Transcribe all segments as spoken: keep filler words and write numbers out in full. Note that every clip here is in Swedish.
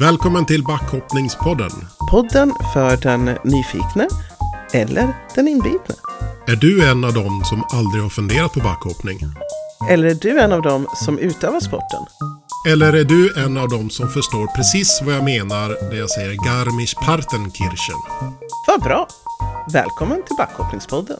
Välkommen till Backhoppningspodden. Podden för den nyfikna eller den inbitna. Är du en av dem som aldrig har funderat på backhoppning? Eller är du en av dem som utövar sporten? Eller är du en av dem som förstår precis vad jag menar när jag säger Garmisch-Partenkirchen? Vad bra! Välkommen till Backhoppningspodden.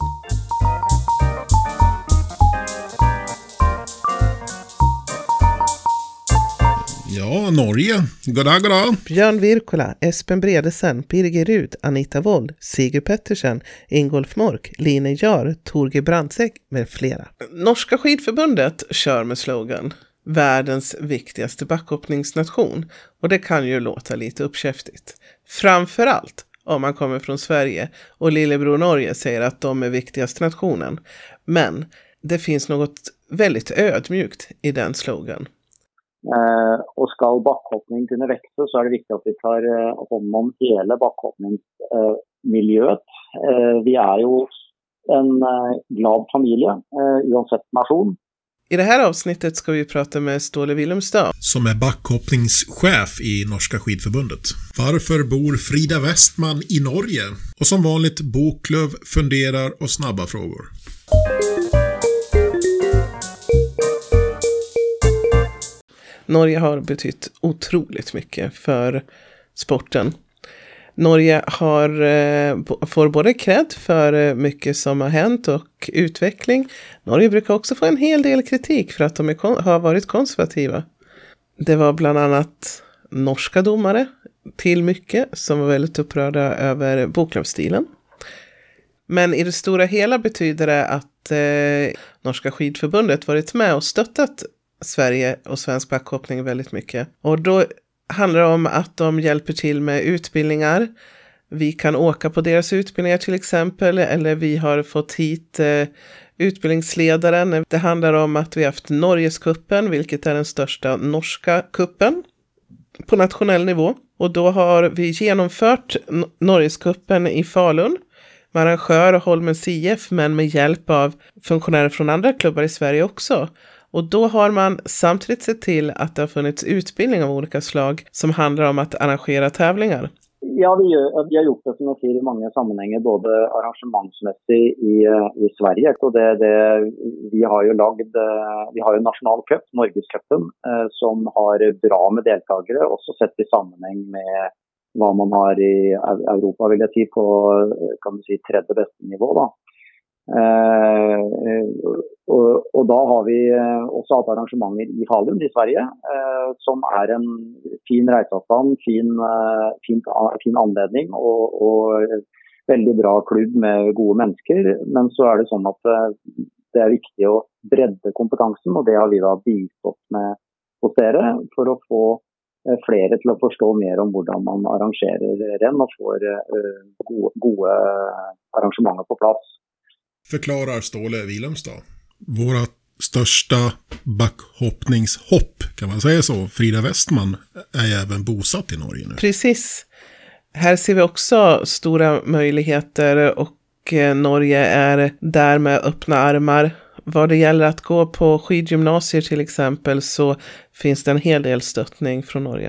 Ja, Norge. Goddag, goddag. Björn Virkola, Espen Bredesen, Birger Rud, Anita Wold, Sigurd Pettersen, Ingolf Mork, Line Jar, Torge Brandsäck med flera. Norska skidförbundet kör med slogan världens viktigaste backhoppningsnation, och det kan ju låta lite uppkäftigt. Framförallt om man kommer från Sverige och lillebror Norge säger att de är viktigaste nationen. Men det finns något väldigt ödmjukt i den slogan. Eh, och ska backhoppning kunna växa så är det viktigt att vi tar eh, hånd om hela backhoppningsmiljöet. Eh, vi är ju en eh, glad familj, eh, oavsett nation. I det här avsnittet ska vi prata med Ståle Willemstad, som är backhoppningschef i Norska skidförbundet. Varför bor Frida Westman i Norge? Och som vanligt Boklöv funderar och snabba frågor. Norge har betytt otroligt mycket för sporten. Norge har, får både cred för mycket som har hänt och utveckling. Norge brukar också få en hel del kritik för att de är, har varit konservativa. Det var bland annat norska domare till mycket som var väldigt upprörda över Boklövsstilen. Men i det stora hela betyder det att eh, Norska skidförbundet varit med och stöttat Sverige och svensk backhoppning väldigt mycket. Och då handlar det om att de hjälper till med utbildningar. Vi kan åka på deras utbildningar till exempel, eller vi har fått hit eh, utbildningsledaren. Det handlar om att vi har haft Norgeskuppen, vilket är den största norska kuppen på nationell nivå. Och då har vi genomfört N- Norgeskuppen i Falun med arrangör Holmens I F, men med hjälp av funktionärer från andra klubbar i Sverige också. Och då har man samtidigt sett till att det har funnits utbildning av olika slag som handlar om att arrangera tävlingar. Ja, vi, gör, vi har gjort det som jag säger i många sammanhang, både arrangementsmässigt i, i Sverige. Och det, det, vi har ju lagd, vi har ju national cup, Norgescupen, eh, som har bra med deltagare, också sett i sammanhang med vad man har i Europa, vill jag säga, på kan du säga, tredje bästa nivå då. Eh, och, och då har vi också haft arrangemang i Falun i Sverige eh, som är en fin reseavstand, fin, eh, fin, fin anledning och, och väldigt bra klubb med goda människor. Men så är det så att eh, det är viktigt att bredda kompetensen, och det har vi då bistått med hos er för att få eh, flera till att förstå mer om hur man arrangerar renn och får eh, goda, goda arrangemang på plats. Förklarar Ståle Willemstad. Våra största backhoppningshopp, kan man säga så. Frida Westman är även bosatt i Norge nu. Precis. Här ser vi också stora möjligheter, och Norge är där med öppna armar. Vad det gäller att gå på skidgymnasier till exempel, så finns det en hel del stöttning från Norge.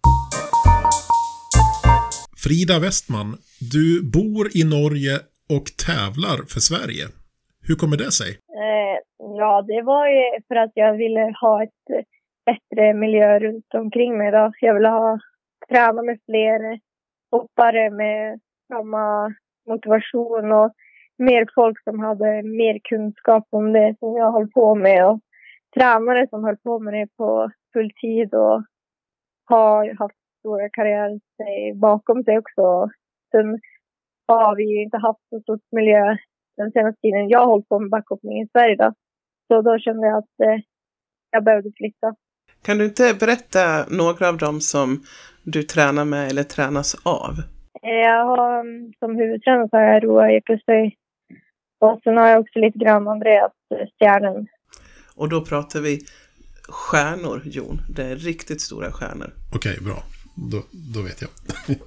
Frida Westman, du bor i Norge och tävlar för Sverige. Hur kommer det sig? Eh, ja, det var ju för att jag ville ha ett bättre miljö runt omkring mig då. Jag ville ha träna med fler hoppare med samma motivation och mer folk som hade mer kunskap om det som jag håller på med, och tränare som höll på med det på full tid och har haft stora karriärer bakom sig också. Sen har vi ju inte haft så stort miljö den senaste tiden. Jag har hållit på med backhoppning i Sverige då. Så då kände jag att eh, jag behövde flytta. Kan du inte berätta några av dem som du tränar med eller tränas av? Jag har som huvudtränare så har jag Roa Ekelöj. Och sen har jag också lite grann Andreas Stjärnen. Och då pratar vi stjärnor, Jon. Det är riktigt stora stjärnor. Okej, bra. Då, då vet jag.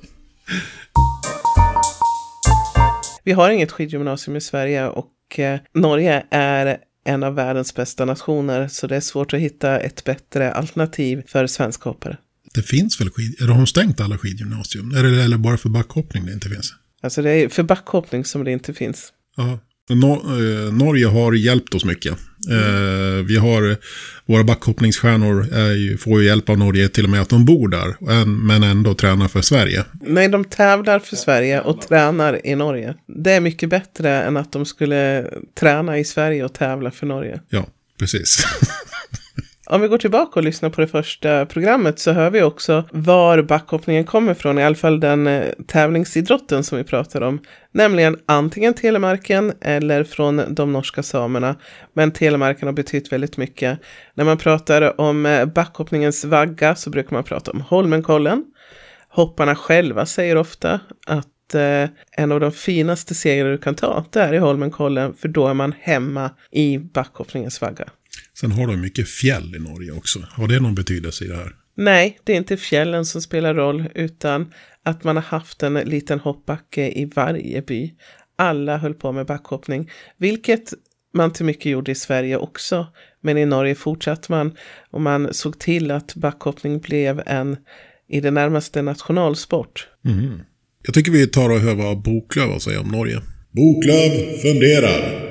Vi har inget skidgymnasium i Sverige, och eh, Norge är en av världens bästa nationer, så det är svårt att hitta ett bättre alternativ för svenskhoppare. Det finns väl skid... Eller har de stängt alla skidgymnasium? Eller, eller bara för backhoppning det inte finns? Alltså det är för backhoppning som det inte finns. Ja. Nor- eh, Norge har hjälpt oss mycket. Eh, vi har... Våra backhoppningsstjärnor är ju, får ju hjälp av Norge till och med att de bor där. Men ändå tränar för Sverige. Nej, de tävlar för Sverige och tränar i Norge. Det är mycket bättre än att de skulle träna i Sverige och tävla för Norge. Ja, precis. Om vi går tillbaka och lyssnar på det första programmet så hör vi också var backhoppningen kommer från. I alla fall den eh, tävlingsidrotten som vi pratar om. Nämligen antingen Telemarken eller från de norska samerna. Men Telemarken har betytt väldigt mycket. När man pratar om eh, backhoppningens vagga så brukar man prata om Holmenkollen. Hopparna själva säger ofta att eh, en av de finaste segrar du kan ta det är i Holmenkollen. För då är man hemma i backhoppningens vagga. Sen har de mycket fjäll i Norge också. Har det någon betydelse i det här? Nej, det är inte fjällen som spelar roll utan att man har haft en liten hoppbacke i varje by. Alla höll på med backhoppning, vilket man till mycket gjorde i Sverige också. Men i Norge fortsatte man och man såg till att backhoppning blev en i det närmaste nationalsport. Mm. Jag tycker vi tar och hör vad Boklöv har säga om Norge. Boklöv funderar.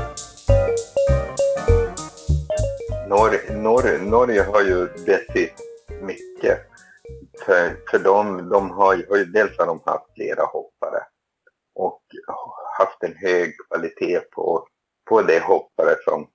Norge, Norge, Norge har ju betytt mycket för, för dem. De har ju, har ju dels har de haft flera hoppare och haft en hög kvalitet på, på de hoppare som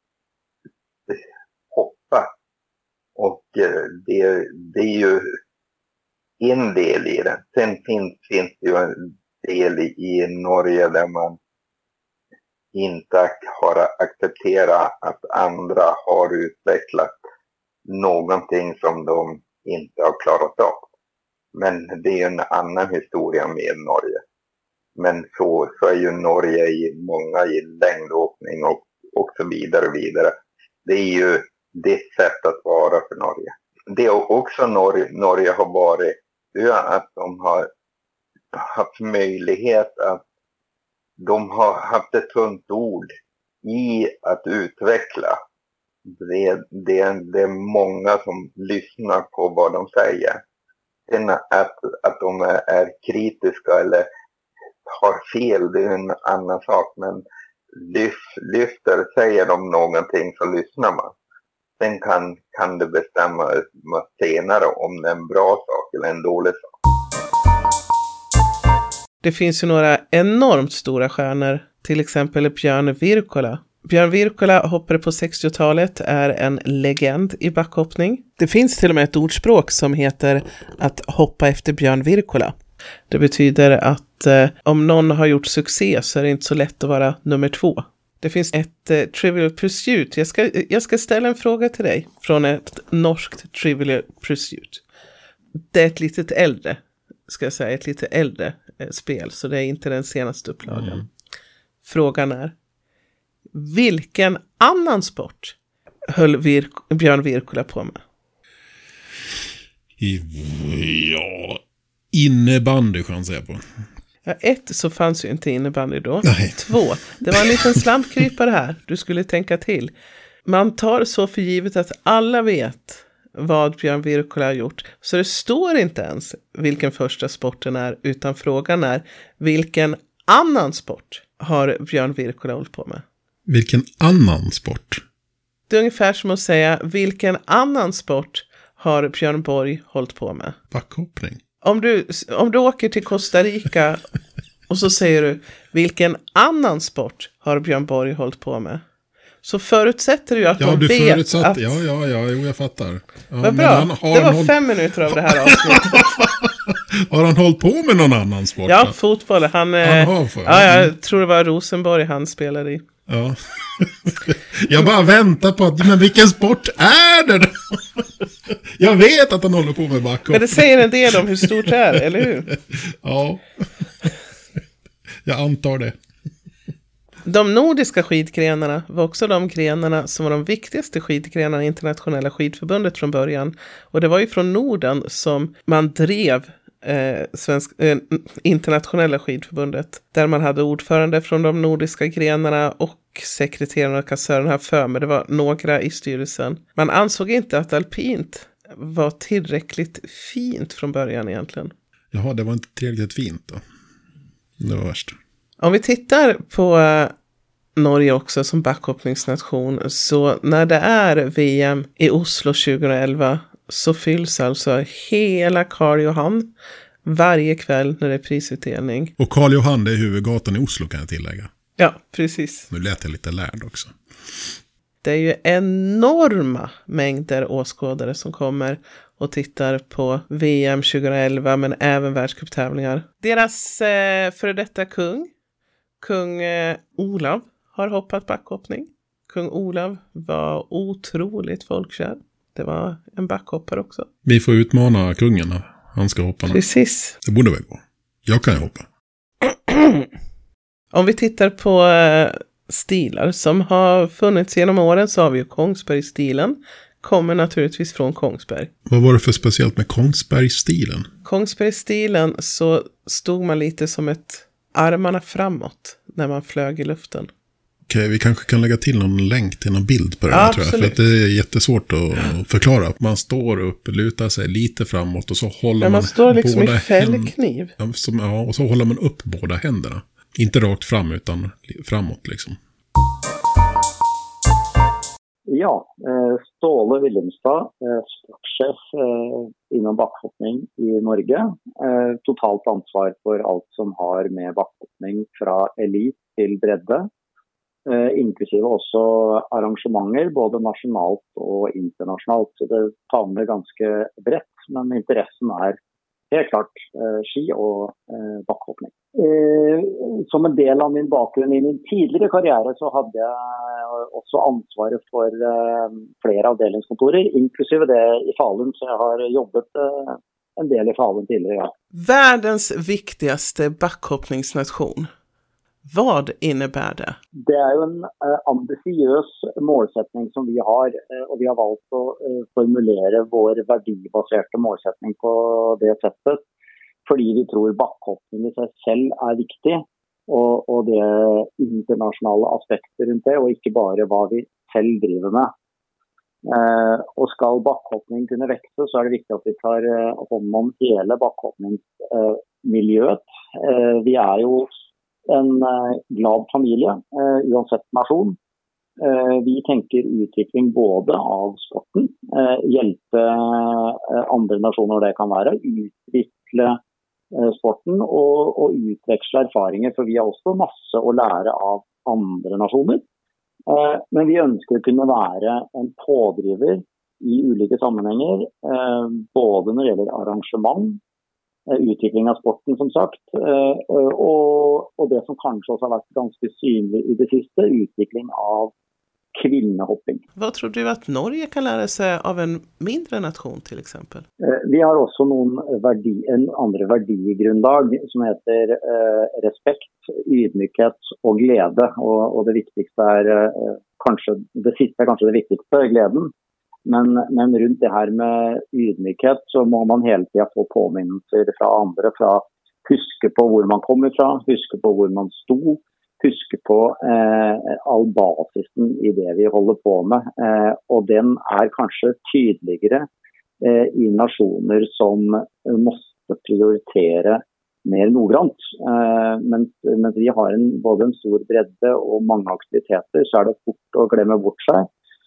hoppar. Och det, det är ju en del i det. Sen finns, finns det ju en del i, i Norge där man inte har accepterat att andra har utvecklat någonting som de inte har klarat av. Men det är ju en annan historia med Norge. Men så, så är ju Norge i många i längdåkning och, och så vidare och vidare. Det är ju det sätt att vara för Norge. Det är också Norge, Norge har varit att de har haft möjlighet att de har haft ett tungt ord i att utveckla. Det, det, det är många som lyssnar på vad de säger. Sen att, att de är kritiska eller har fel, det är en annan sak. Men lyft, lyfter, säger de någonting så lyssnar man. Sen kan, kan det bestämma senare om det är en bra sak eller en dålig sak. Det finns ju några enormt stora stjärnor, till exempel Björn Wirkola. Björn Wirkola hoppade på sextiotalet, är en legend i backhoppning. Det finns till och med ett ordspråk som heter att hoppa efter Björn Wirkola. Det betyder att eh, om någon har gjort succé så är det inte så lätt att vara nummer två. Det finns ett eh, Trivial Pursuit. Jag ska, jag ska ställa en fråga till dig från ett norskt Trivial Pursuit. Det är ett litet äldre, ska jag säga, ett lite äldre eh, spel. Så det är inte den senaste upplagan. Mm. Frågan är, vilken annan sport höll Vir- Björn Wirkola på med? Ja, innebandy kan jag säga på. Ja, ett, så fanns ju inte innebandy då. Nej. Två, det var en liten slampkrypare här. Du skulle tänka till. Man tar så för givet att alla vet vad Björn Wirkola har gjort. Så det står inte ens vilken första sporten är, utan frågan är vilken annan sport har Björn Wirkola hållit på med? Vilken annan sport? Det är ungefär som att säga vilken annan sport har Björn Borg hållit på med? Backhoppning. Om du, om du åker till Costa Rica och så säger du vilken annan sport har Björn Borg hållit på med? Så förutsätter du att ja, man du vet förutsatt, att... Ja, ja, ja, jo, jag fattar. Ja, Vad bra, han, har det var någon... fem minuter av det här avsnittet. Har han hållit på med någon annan sport? Ja, då? fotboll. Han, han har för, ja, jag tror det var Rosenborg han spelade i. Ja. Jag bara väntar på att, men vilken sport är det då? Jag vet att han håller på med backhoppning. Men det säger en del om hur stort det är, eller hur? Ja. Jag antar det. De nordiska skidgrenarna var också de grenarna som var de viktigaste skidgrenarna i internationella skidförbundet från början. Och det var ju från Norden som man drev eh, svensk, eh, internationella skidförbundet. Där man hade ordförande från de nordiska grenarna och sekreteraren och kassören här för mig. Det var några i styrelsen. Man ansåg inte att alpint var tillräckligt fint från början egentligen. Jaha, det var inte tillräckligt fint då. Det var värst. Om vi tittar på Norge också som backhoppningsnation, så när det är V M i Oslo tjugoelva så fylls alltså hela Karl Johan varje kväll när det är prisutdelning. Och Karl Johan, det är huvudgatan i Oslo kan jag tillägga. Ja, precis. Nu lät jag lite lärd också. Det är ju enorma mängder åskådare som kommer och tittar på V M tjugoelva men även världscuptävlingar. Deras eh, före detta kung, kung eh, Olav, har hoppat backhoppning. Kung Olav var otroligt folkkär. Det var en backhoppare också. Vi får utmana kungen. Han ska hoppa nu. Precis. Det borde väl gå. Jag kan ju hoppa. Om vi tittar på eh, stilar som har funnits genom åren, så har vi ju Kongsberg-stilen. Kommer naturligtvis från Kongsberg. Vad var det för speciellt med Kongsberg-stilen? Kongsberg-stilen så stod man lite som ett armarna framåt när man flög i luften. Okej, vi kanske kan lägga till någon länk till någon bild på det här, tror jag. För att det är jättesvårt att förklara. Man står upp, lutar sig lite framåt och så håller man, man står liksom båda i fällkniv. Händ- ja, och så håller man upp båda händerna. Inte rakt fram utan framåt liksom. Ja, Ståle Willemstad, sportchef inom backhoppning i Norge. Totalt ansvar för allt som har med backhoppning från elit till bredde. Inklusive också arrangementer, både nationellt och internationellt. Så det famnar ganska brett, men intressen är helt klart ski och backhoppning. Som en del av min bakgrund i min tidigare karriär så hade jag också ansvaret för flera avdelningskontorer, inklusive det i Falun, så jag har jobbat en del i Falun tidigare. Ja. Världens viktigaste backhoppningsnation. Vad innebär det? Det är ju en uh, ambitiös målsättning som vi har, uh, och vi har valt att uh, formulera vår värdebaserade målsättning på det sättet. För vi tror backhoppning i sig själv är viktig, och, och det är internationella aspekter runt det, och inte bara vad vi själv driver med. Uh, och ska backhoppning kunna växa så är det viktigt att vi tar uh, hand om hela backhoppningsmiljöet. Uh, uh, vi är ju en uh, glad familj, uh, uansett nation. Uh, vi tänker utveckling både av sporten, uh, hjälpa uh, andra nationer det kan vara, utveckla uh, sporten och, och utväxla erfarenheter, för vi har också massa att lära av andra nationer. Uh, men vi önskar kunna vara en pådriver i olika sammanhang, uh, både när det gäller arrangemang, utveckling av sporten som sagt, och, och det som kanske också har varit ganska synligt i det sista, utveckling av kvinnohoppning. Vad tror du att Norge kan lära sig av en mindre nation till exempel? Vi har också någon värdi, en andra värdegrundlag som heter eh, respekt, ydmykhet och glädje, och, och det viktigaste är eh, kanske, det sista är kanske det viktigaste, glädjen. Men, men runt det här med ydmykhet så må man hela tiden få påminnelser från andra, från huska på var man kommer ifrån, huska på var man stod, huska på eh, all basisen i det vi håller på med. Eh, och den är kanske tydligare eh, i nationer som måste prioritera mer noggrant. Eh, men, men vi har en, både en stor bredde och många aktiviteter, så är det fort att glömma bort sig.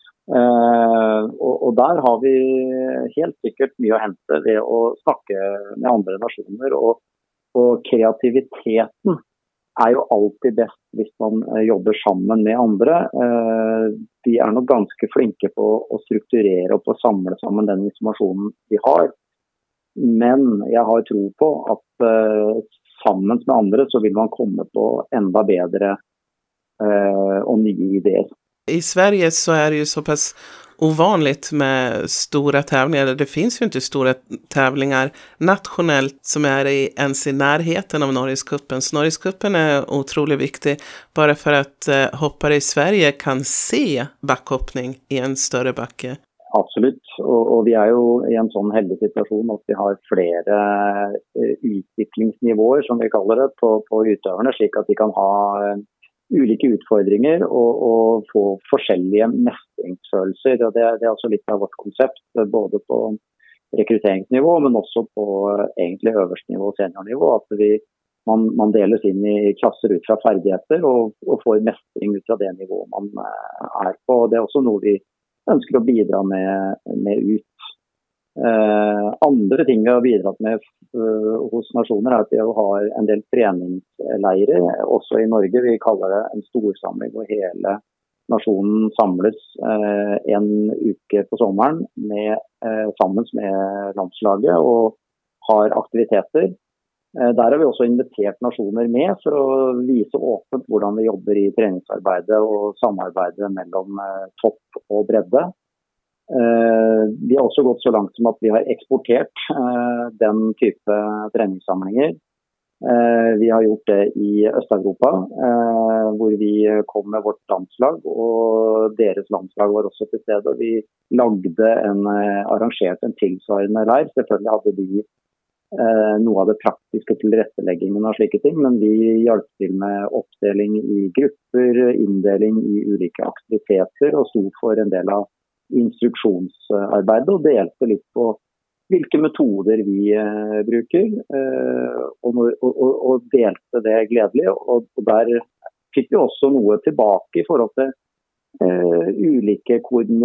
Uh, og, og der har vi helt sikkert mye å hente ved å snakke med andre nasjoner, og, og kreativiteten er jo alltid best hvis man uh, jobber sammen med andre. Uh, de er nok ganske flinke på å strukturere og på å samle sammen den informasjonen de har, men jeg har tro på at uh, sammen med andre så vil man komme på enda bedre uh, og nye ideer. I Sverige så är det ju så pass ovanligt med stora tävlingar. Det finns ju inte stora tävlingar nationellt som är i, ens i närheten av Norgescupen. Så Norgescupen är otroligt viktig bara för att eh, hoppare i Sverige kan se backhoppning i en större backe. Absolut, och, och vi är ju i en sån heldig situation att vi har flera eh, utvecklingsnivåer som vi kallar det på, på utövarna, så att vi kan ha eh, olika utfordringer och, och få forskjellige mestringsfølelser. Og det, det är alltså lite av vårt koncept, både på rekryteringsnivå, men också på egentlig øverste nivå, seniornivå, att vi, man, man deles in i klasser ut fra ferdigheter och, och får mestring ut fra det nivå man är på. Det är också något vi önskar att bidra med, med ut. Eh, andra ting vi har bidragit med uh, hos nationer är att vi har en del träningsläger också i Norge. Vi kallar det en storsamling och hela nationen samlas eh, en uke på sommaren med, eh, sammen med landslaget och har aktiviteter. Eh, där har vi också inviterat nationer med för att visa öppet hur vi jobbar i träningsarbete och samarbete mellan eh, topp och bredde. Uh, vi har också gått så långt som att vi har exporterat uh, den typen av träningssamlingar. Uh, vi har gjort det i Östeuropa, uh, där vi kom med vårt landslag och deras landslag var också till stede. Vi lagde en, uh, arrangerat en tillsvarande leir. Selvfølgelig hade de uh, något av det praktiska tillrättaläggningen och slike ting, men vi hjälpte till med uppdelning i grupper, indelning i olika aktiviteter och stod för en del av instruksjonsarbeid och delte litt på hvilke metoder vi eh, bruker, eh, og, og, og delte det gledelig. Og, og der fikk vi også noe tilbake i forhold til eh, ulike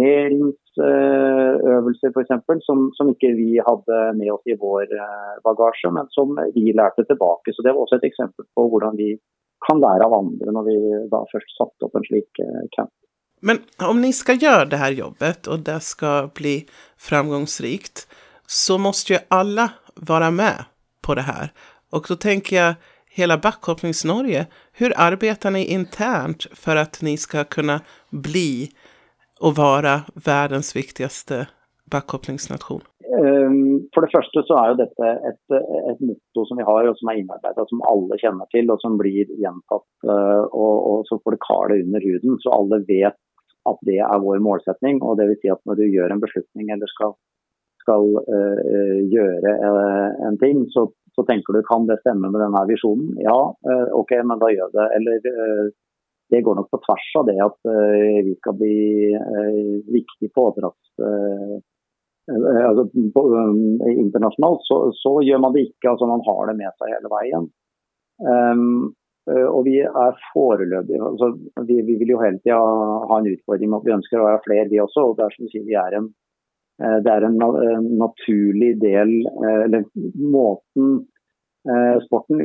koordineringsøvelser, for eksempel, som, som ikke vi hadde med oss i vår eh, bagasje, men som vi lærte tilbake. Så det var også et eksempel på hvordan vi kan lære av andre når vi da først satte opp en slik eh, camp. Men om ni ska göra det här jobbet och det ska bli framgångsrikt så måste ju alla vara med på det här. Och då tänker jag hela Backhoppnings-Norge. Hur arbetar ni internt för att ni ska kunna bli och vara världens viktigaste backhoppningsnation? Um, för det första så är ju detta ett, ett motto som vi har och som är inarbetat, som alla känner till och som blir gentatt uh, och, och så får det kala under huden så alla vet att det är vår målsättning, och det vill säga att när du gör en beslutning eller ska, ska uh, göra uh, en ting så, så tänker du, kan det stämma med den här visionen? Ja, uh, okej, okay, men då gör det. Eller uh, det går nog på tvärs av det att uh, vi ska bli uh, viktig pådras uh, uh, alltså, um, internationellt så, så gör man det inte, alltså man har det med sig hela vägen. Um, Uh, och vi är foreløpig, alltså vi, vi vill ju helt ja, ha en utfordring att vi önskar att vara fler vi också, och där som säger vi är en uh, det är en, en naturlig del uh, eller måten uh, sporten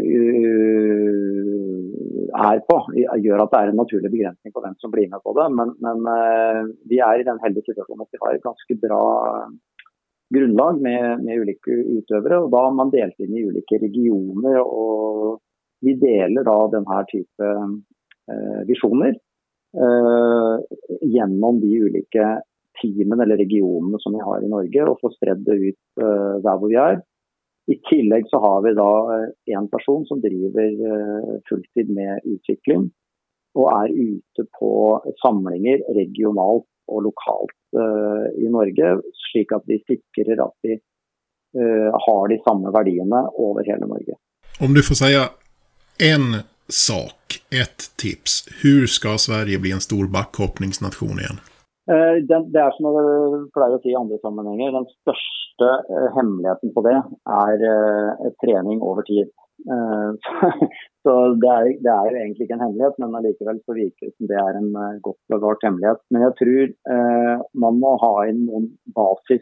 uh, är på gör att det är en naturlig begränsning på vem som blir med på det, men, men uh, vi är i den heldiga situationen att vi har ett ganska bra grundlag med, med olika utövare, och då har man delt in i olika regioner och vi deler da den här typen eh, visioner eh, genom de olika teamen eller regionerna som vi har i Norge och får spredda ut eh, där hvor vi är. I tillägg så har vi då eh, en person som driver eh, fulltid med utveckling och är ute på samlingar regionalt och lokalt eh, i Norge, slik att vi sikrer att vi eh, har de samma värdierna över hela Norge. Om du får säga en sak, ett tips. Hur ska Sverige bli en stor backhoppningsnation igen? Uh, det, det är som jag plejer att säga i andra sammanhang. Den största uh, hemligheten på det är uh, träning över tid. Uh, så det är, det är egentligen en hemlighet, men allikevel så virker det som det är en uh, gott bevart hemlighet. Men jag tror uh, man må ha en någon basis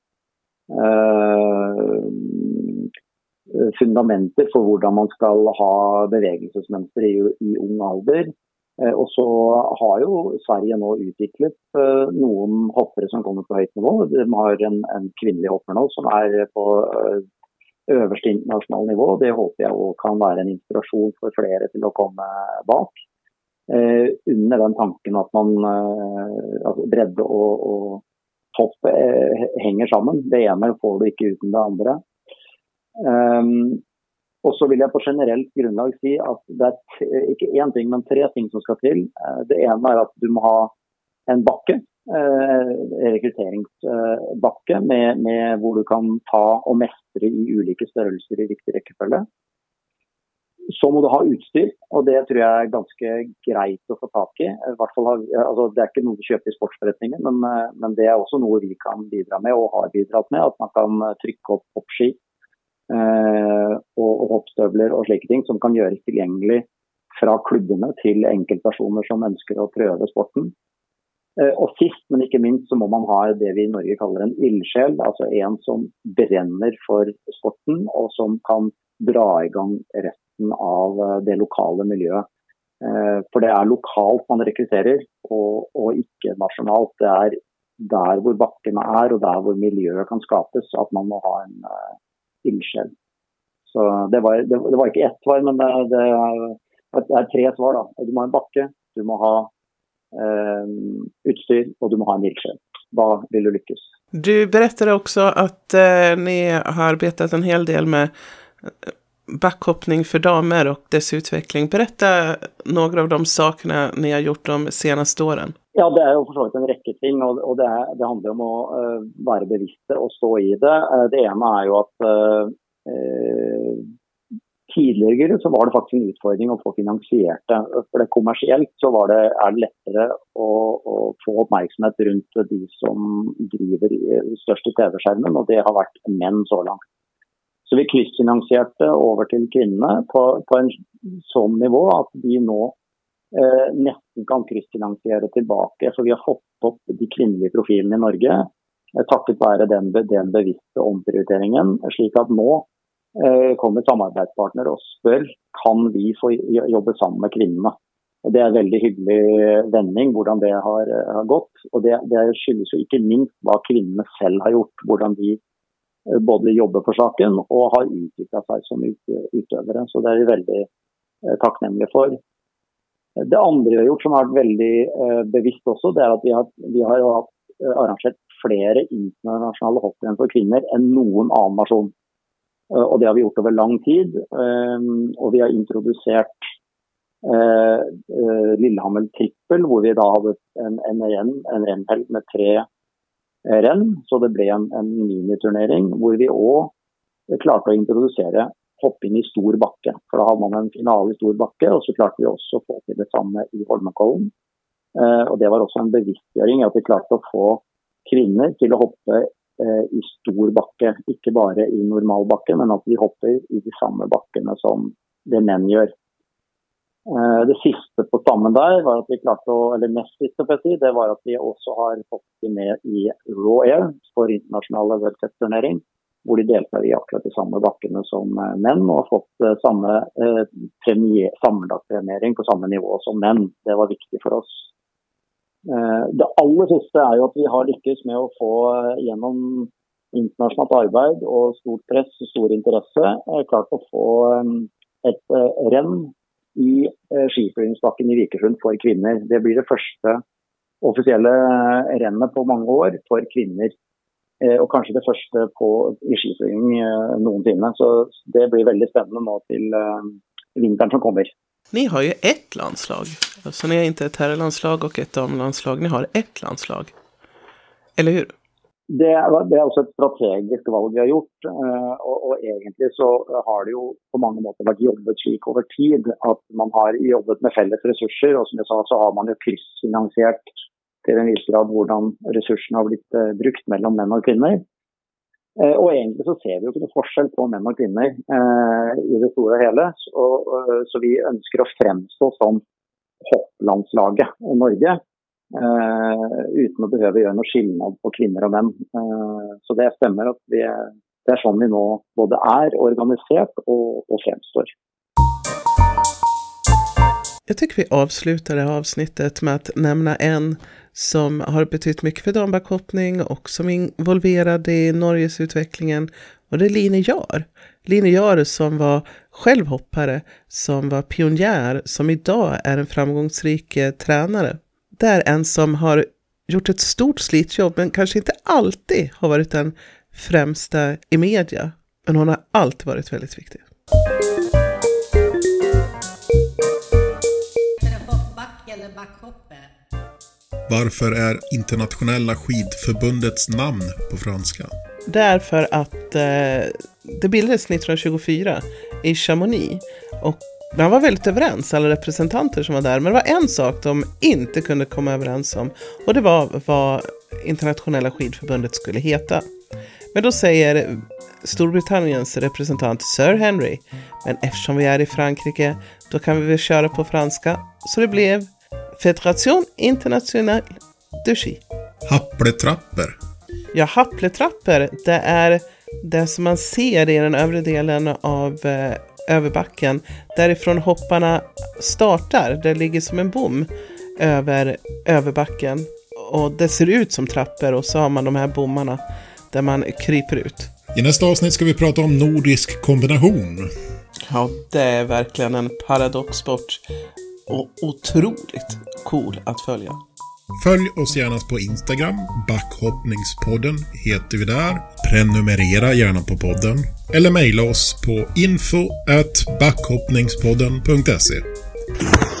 uh, fundamenter för hur man ska ha bevegelsesmönster i, i ung ålder. Eh, och så har ju Sverige nu utvecklat eh, någon hoppare som kommer på högt nivå. De har en, en kvinnlig hoppare nu som är på eh, översta internationell nivå. Det hoppas jag och kan vara en inspiration för flera till att komma bak. Eh, under den tanken att man eh, alltså bredd och, och topp eh, hänger samman. Det ena får du inte utan det andra. Um, och så vill jag på generellt grundlag säga att det är t- inte en ting men tre ting som ska till. Uh, det ena är att du måste ha en backe, uh, rekryteringsbacke uh, med, med hvor du kan ta och mästra i olika størrelser i riktig rekkefølge. så må du ha utstyr, og det tror jeg er ganske greit å få tak i. I hvert fall har, altså det er ikke noe vi kjøper i sportsforretningen, men, men det er også noe vi kan bidra med og har bidratt med, at man kan trykke opp hoppski eh, og, og hoppstøvler og slike ting som kan gjøres tilgjengelig fra klubbene til enkeltpersoner som ønsker å prøve sporten. Eh, og sist, men ikke minst, så må man ha det vi i Norge kaller en ildsjel, altså en som brenner for sporten og som kan dra i gang resten av det lokale miljøet. For det er lokalt man rekrutterer, og, og ikke nasjonalt. Det er der hvor bakkene er, og der hvor miljøet kan skapes, at man må ha en uh, ildsjel. Så det var, det, det var ikke ett svar, men det, det, er, det er tre svar. Da. Du må ha en bakke, du må ha uh, utstyr, og du må ha en ildsjel. Da vil du lykkes. Du berättade också att uh, ni har arbetat en hel del med backhoppning för damer och dess utveckling. Berätta några av de sakerna ni har gjort de senaste åren. Ja, det är ju förstås en räcka ting och, och det, är, det handlar om att uh, vara bevisst och stå i det. Uh, det ena är ju att uh, uh, tidigare så var det faktiskt en utfordring att få finansierat det. För det kommersiellt så var det, är det lättare att, att få uppmärksamhet runt de som driver i största T V-skärmen, och det har varit män så långt. Så vi kryssfinansierte over til kvinnene på, på en sånn nivå at de nå eh, nesten kan kryssfinansiere tilbake. For vi har fått opp de kvinnelige profilene i Norge, eh, takket være den, den bevisste omprioriteringen, slik at nå eh, kommer samarbeidspartner og spør, kan vi få jobbe sammen med kvinnene? Og det er en veldig hyggelig vending, hvordan det har, har gått. Og det, det skyldes jo ikke minst hva kvinnene selv har gjort, hvordan de både jobber for saken og har utviklet seg som utøvere. Så det er vi veldig eh, takknemlige for. Det andre vi har gjort som har vært veldig eh, bevisst også, det er at vi har, vi har jo hatt, eh, arrangert flere internasjonale hopprenn for kvinner enn noen annen nasjon. Eh, og det har vi gjort over lang tid. Eh, og vi har introdusert eh, eh, Lillehammer Trippel, hvor vi da hadde en, en, renn, en rennhelg med tre renn, så det ble en, en miniturnering hvor vi også klarte å introdusere hopping i stor bakke. For da hadde man en finale i stor bakke, og så klarte vi også å få til det samme i Holmenkollen. Eh, og det var også en bevisstgjøring at vi klarte å få kvinner til å hoppe eh, i stor bakke, ikke bare i normal bakke, men at vi hopper i de samme bakkene som det menn gjør. Det siste på stammen der var at vi klarte å, eller nest siste på si, det var at vi også har fått de med i Raw Air for internasjonale World Cup-turnering, hvor de deltar i akkurat de samme bakkene som menn, og har fått samme eh, premier, sammenlagtrenering på samme nivå som menn. Det var viktig for oss. Eh, det aller siste er jo at vi har lykkes med å få gjennom internasjonalt arbeid og stort press og stor interesse, eh, klart å få eh, et eh, renn i eh, skiflygingsbakken i Vikersund for kvinner. Det blir det første offisielle rennet på mange år for kvinner, eh, og kanskje det første på, i skiflyging eh, noensinne. Så det blir veldig spennende nå til eh, vinteren som kommer. Ni har ju ett landslag. Alltså ni är inte ett herrelandslag och ett damlandslag. Ni har ett landslag. Eller hur? Det er, det er også et strategisk valg vi har gjort, og, og egentlig så har det jo på mange måter vært jobbet slik over tid, at man har jobbet med felles ressurser, og som jeg sa, så har man jo kryssfinansiert til en viss grad hvordan ressursene har blitt uh, brukt mellom menn og kvinner. Uh, og egentlig så ser vi jo ikke noe forskjell på menn og kvinner uh, i det store og hele, så, uh, så vi ønsker å fremstå som hopplandslaget i Norge, Uh, uten å behøve gjøre noe skillnad på kvinner og menn. Uh, så det stemmer at vi, det er sånn vi nå både er organisert och, och fremstår. Jag tycker vi avslutar det här avsnittet med att nämna en som har betytt mycket för dambackhoppning och som är involverad i Norges utvecklingen, och det är Line Jar. Line Jar som var självhoppare, som var pionjär, som idag är en framgångsrik eh, tränare. Det är en som har gjort ett stort slitjobb, men kanske inte alltid har varit den främsta i media. Men hon har alltid varit väldigt viktig. Varför är Internationella skidförbundets namn på franska? Därför att eh, det bildades nittonhundratjugofyra i Chamonix, och man var väldigt överens, alla representanter som var där. Men det var en sak de inte kunde komma överens om. Och det var vad internationella skidförbundet skulle heta. Men då säger Storbritanniens representant Sir Henry, men eftersom vi är i Frankrike, då kan vi väl köra på franska. Så det blev Fédération Internationale de Ski. Happletrappor. Ja, happletrappor, det är det som man ser i den övre delen av eh, överbacken. Därifrån hopparna startar, det ligger som en bom över överbacken. Och det ser ut som trappor och så har man de här bommarna där man kryper ut. I nästa avsnitt ska vi prata om nordisk kombination. Ja, det är verkligen en paradoxsport och otroligt cool att följa. Följ oss gärna på Instagram, Backhoppningspodden heter vi där. Prenumerera gärna på podden. Eller mejla oss på info at backhoppningspodden punkt se.